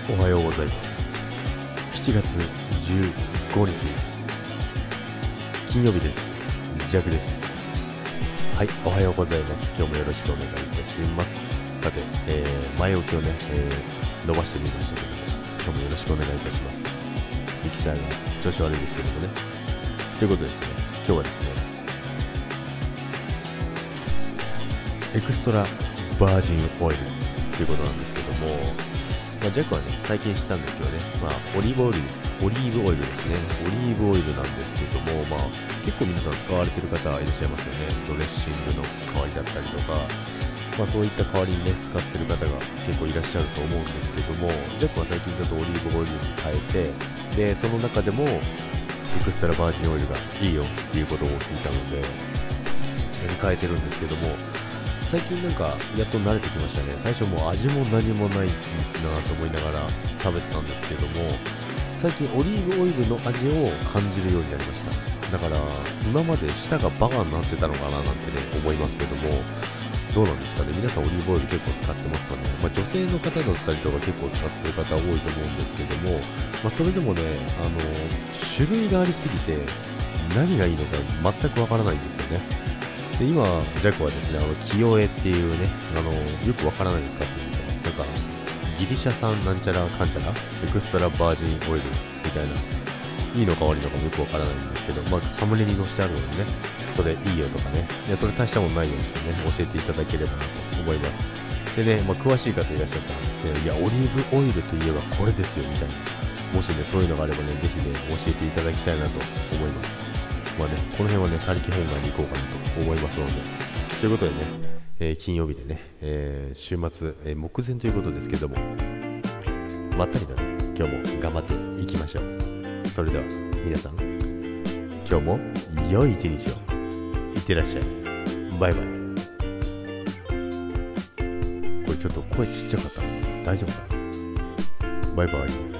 おはようございます。7月15日金曜日です。ジャグです。はい、おはようございます。今日もよろしくお願いいたします。さて、前置きをね、伸ばしてみましたけども、今日もよろしくお願いいたします。ミキサーが調子悪いですけどもね。ということでですね、今日はですね、エクストラバージンオイルということなんですけども、ジャックはね、最近知ったんですけどね、オリーブオイルです。オリーブオイルですね。オリーブオイルなんですけども、結構皆さん使われてる方いらっしゃいますよね。ドレッシングの代わりだったりとか、そういった代わりにね、使ってる方が結構いらっしゃると思うんですけども、ジャックは最近ちょっとオリーブオイルに変えて、で、その中でも、エクストラバージンオイルがいいよっていうことを聞いたので、それに変えてるんですけども、最近なんかやっと慣れてきましたね。最初もう味も何もないなと思いながら食べてたんですけども、最近オリーブオイルの味を感じるようになりました。だから今まで舌がバカになってたのかななんてね思いますけども、どうなんですかね。皆さんオリーブオイル結構使ってますかね。女性の方だったりとか結構使ってる方多いと思うんですけども、それでもね、種類がありすぎて何がいいのか全くわからないんですよね。で今、ジャコはですね、キヨエっていうね、よくわからないですかっていうんですよ。なんか、ギリシャ産なんちゃらかんちゃら、エクストラバージンオイルみたいな、いいのか悪いのかもよくわからないんですけど、サムネに載せてあるのでね、それいいよとかね、それ大したもんないよってね、教えていただければなと思います。でね、詳しい方いらっしゃったらですね、いや、オリーブオイルといえばこれですよ、みたいな。もしね、そういうのがあればね、ぜひね、教えていただきたいなと思います。この辺はね、他力本願に行こうかなと思いますので。ということでね、金曜日でね、週末、目前ということですけども、まったりとね、今日も頑張っていきましょう。それでは、皆さん、今日も良い一日を。いってらっしゃい。バイバイ。これちょっと声ちっちゃかったな。大丈夫かな。バイバイ。